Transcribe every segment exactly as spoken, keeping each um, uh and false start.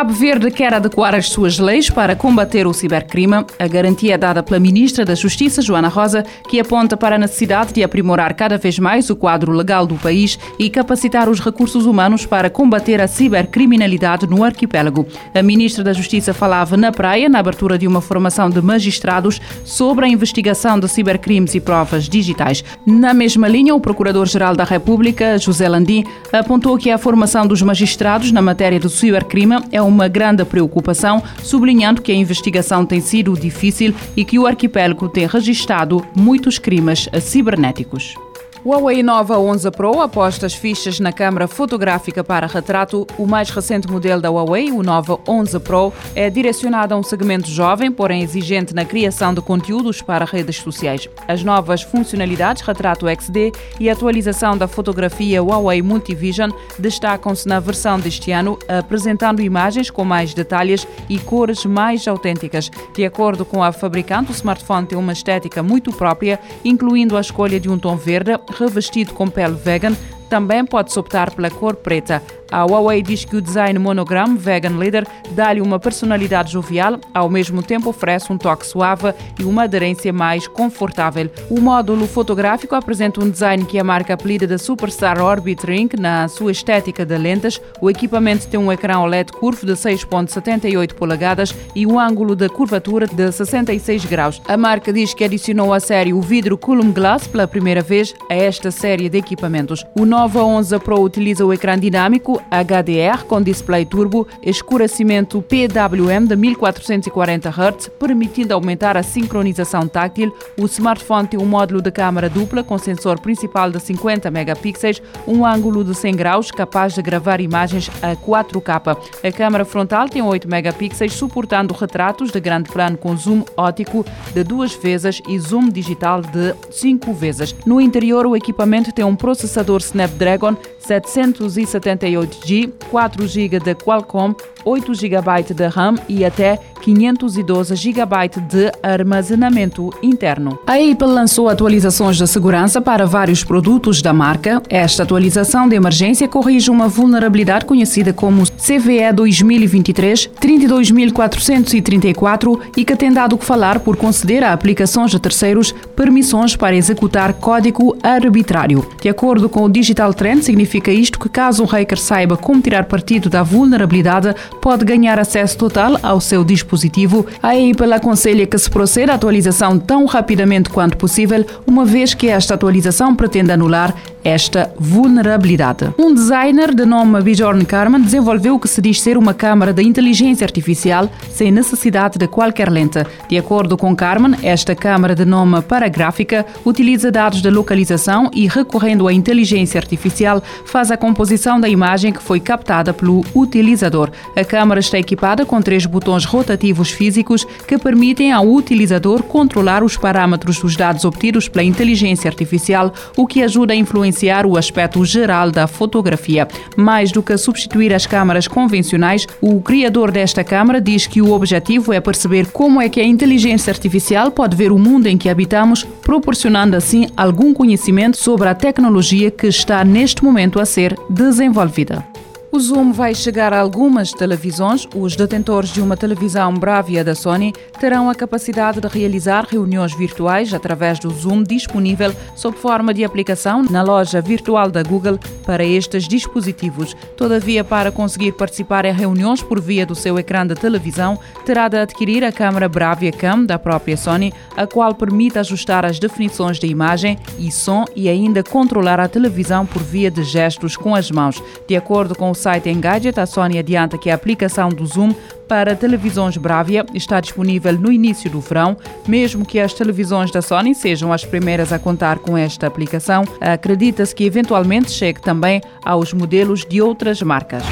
Cabo Verde quer adequar as suas leis para combater o cibercrime. A garantia é dada pela Ministra da Justiça, Joana Rosa, que aponta para a necessidade de aprimorar cada vez mais o quadro legal do país e capacitar os recursos humanos para combater a cibercriminalidade no arquipélago. A Ministra da Justiça falava na Praia, na abertura de uma formação de magistrados sobre a investigação de cibercrimes e provas digitais. Na mesma linha, o Procurador-Geral da República, José Landim, apontou que a formação dos magistrados na matéria do cibercrime é uma grande preocupação, sublinhando que a investigação tem sido difícil e que o arquipélago tem registrado muitos crimes cibernéticos. O Huawei Nova onze Pro aposta as fichas na câmara fotográfica para retrato. O mais recente modelo da Huawei, o Nova onze Pro, é direcionado a um segmento jovem, porém exigente na criação de conteúdos para redes sociais. As novas funcionalidades Retrato X D e atualização da fotografia Huawei Multivision destacam-se na versão deste ano, apresentando imagens com mais detalhes e cores mais autênticas. De acordo com a fabricante, o smartphone tem uma estética muito própria, incluindo a escolha de um tom verde, revestido com pele vegan. Também pode-se optar pela cor preta. A Huawei diz que o design monogram Vegan Leader dá-lhe uma personalidade jovial, ao mesmo tempo oferece um toque suave e uma aderência mais confortável. O módulo fotográfico apresenta um design que a marca apelida de Superstar Orbit Ring na sua estética de lentes. O equipamento tem um ecrã O L E D curvo de seis vírgula setenta e oito polegadas e um ângulo de curvatura de sessenta e seis graus. A marca diz que adicionou à série o vidro Coulomb Glass pela primeira vez a esta série de equipamentos. O Nova onze Pro utiliza o ecrã dinâmico H D R com display turbo, escurecimento P W M de mil quatrocentos e quarenta hertz, permitindo aumentar a sincronização táctil. O smartphone tem um módulo de câmara dupla com sensor principal de cinquenta megapixels, um ângulo de cem graus capaz de gravar imagens a quatro K. A câmara frontal tem oito megapixels, suportando retratos de grande plano com zoom óptico de duas vezes e zoom digital de cinco vezes. No interior, o equipamento tem um processador Snapdragon setecentos e setenta e oito G, quatro gigas de Qualcomm, oito gigabytes de RAM e até quinhentos e doze gigabytes de armazenamento interno. A Apple lançou atualizações de segurança para vários produtos da marca. Esta atualização de emergência corrige uma vulnerabilidade conhecida como C V E dois mil e vinte e três trinta e dois mil quatrocentos e trinta e quatro e que tem dado o que falar por conceder a aplicações de terceiros permissões para executar código arbitrário. De acordo com o Digital Trend, significa isto que caso um hacker saiba como tirar partido da vulnerabilidade, pode ganhar acesso total ao seu dispositivo. A Apple aconselha que se proceda à atualização tão rapidamente quanto possível, uma vez que esta atualização pretende anular esta vulnerabilidade. Um designer de nome Bjorn Karman desenvolveu o que se diz ser uma câmara de inteligência artificial sem necessidade de qualquer lente. De acordo com Karman, esta câmara de nome paragráfica utiliza dados de localização e, recorrendo à inteligência artificial, faz a composição da imagem que foi captada pelo utilizador. A câmara está equipada com três botões rotativos físicos que permitem ao utilizador controlar os parâmetros dos dados obtidos pela inteligência artificial, o que ajuda a influenciar o aspecto geral da fotografia. Mais do que substituir as câmaras convencionais, o criador desta câmara diz que o objetivo é perceber como é que a inteligência artificial pode ver o mundo em que habitamos, proporcionando assim algum conhecimento sobre a tecnologia que está neste momento a ser desenvolvida. O Zoom vai chegar a algumas televisões. Os detentores de uma televisão Bravia da Sony terão a capacidade de realizar reuniões virtuais através do Zoom disponível sob forma de aplicação na loja virtual da Google para estes dispositivos. Todavia, para conseguir participar em reuniões por via do seu ecrã de televisão, terá de adquirir a câmara Bravia Cam da própria Sony, a qual permite ajustar as definições da imagem e som e ainda controlar a televisão por via de gestos com as mãos. De acordo com o site Engadget, a Sony adianta que a aplicação do Zoom para televisões Bravia está disponível no início do verão. Mesmo que as televisões da Sony sejam as primeiras a contar com esta aplicação, acredita-se que eventualmente chegue também aos modelos de outras marcas.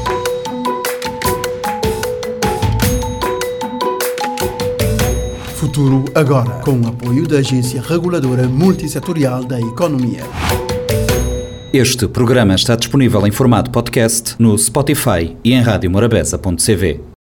Futuro agora, com o apoio da Agência Reguladora Multissetorial da Economia. Este programa está disponível em formato podcast no Spotify e em rádio morabeza ponto c v.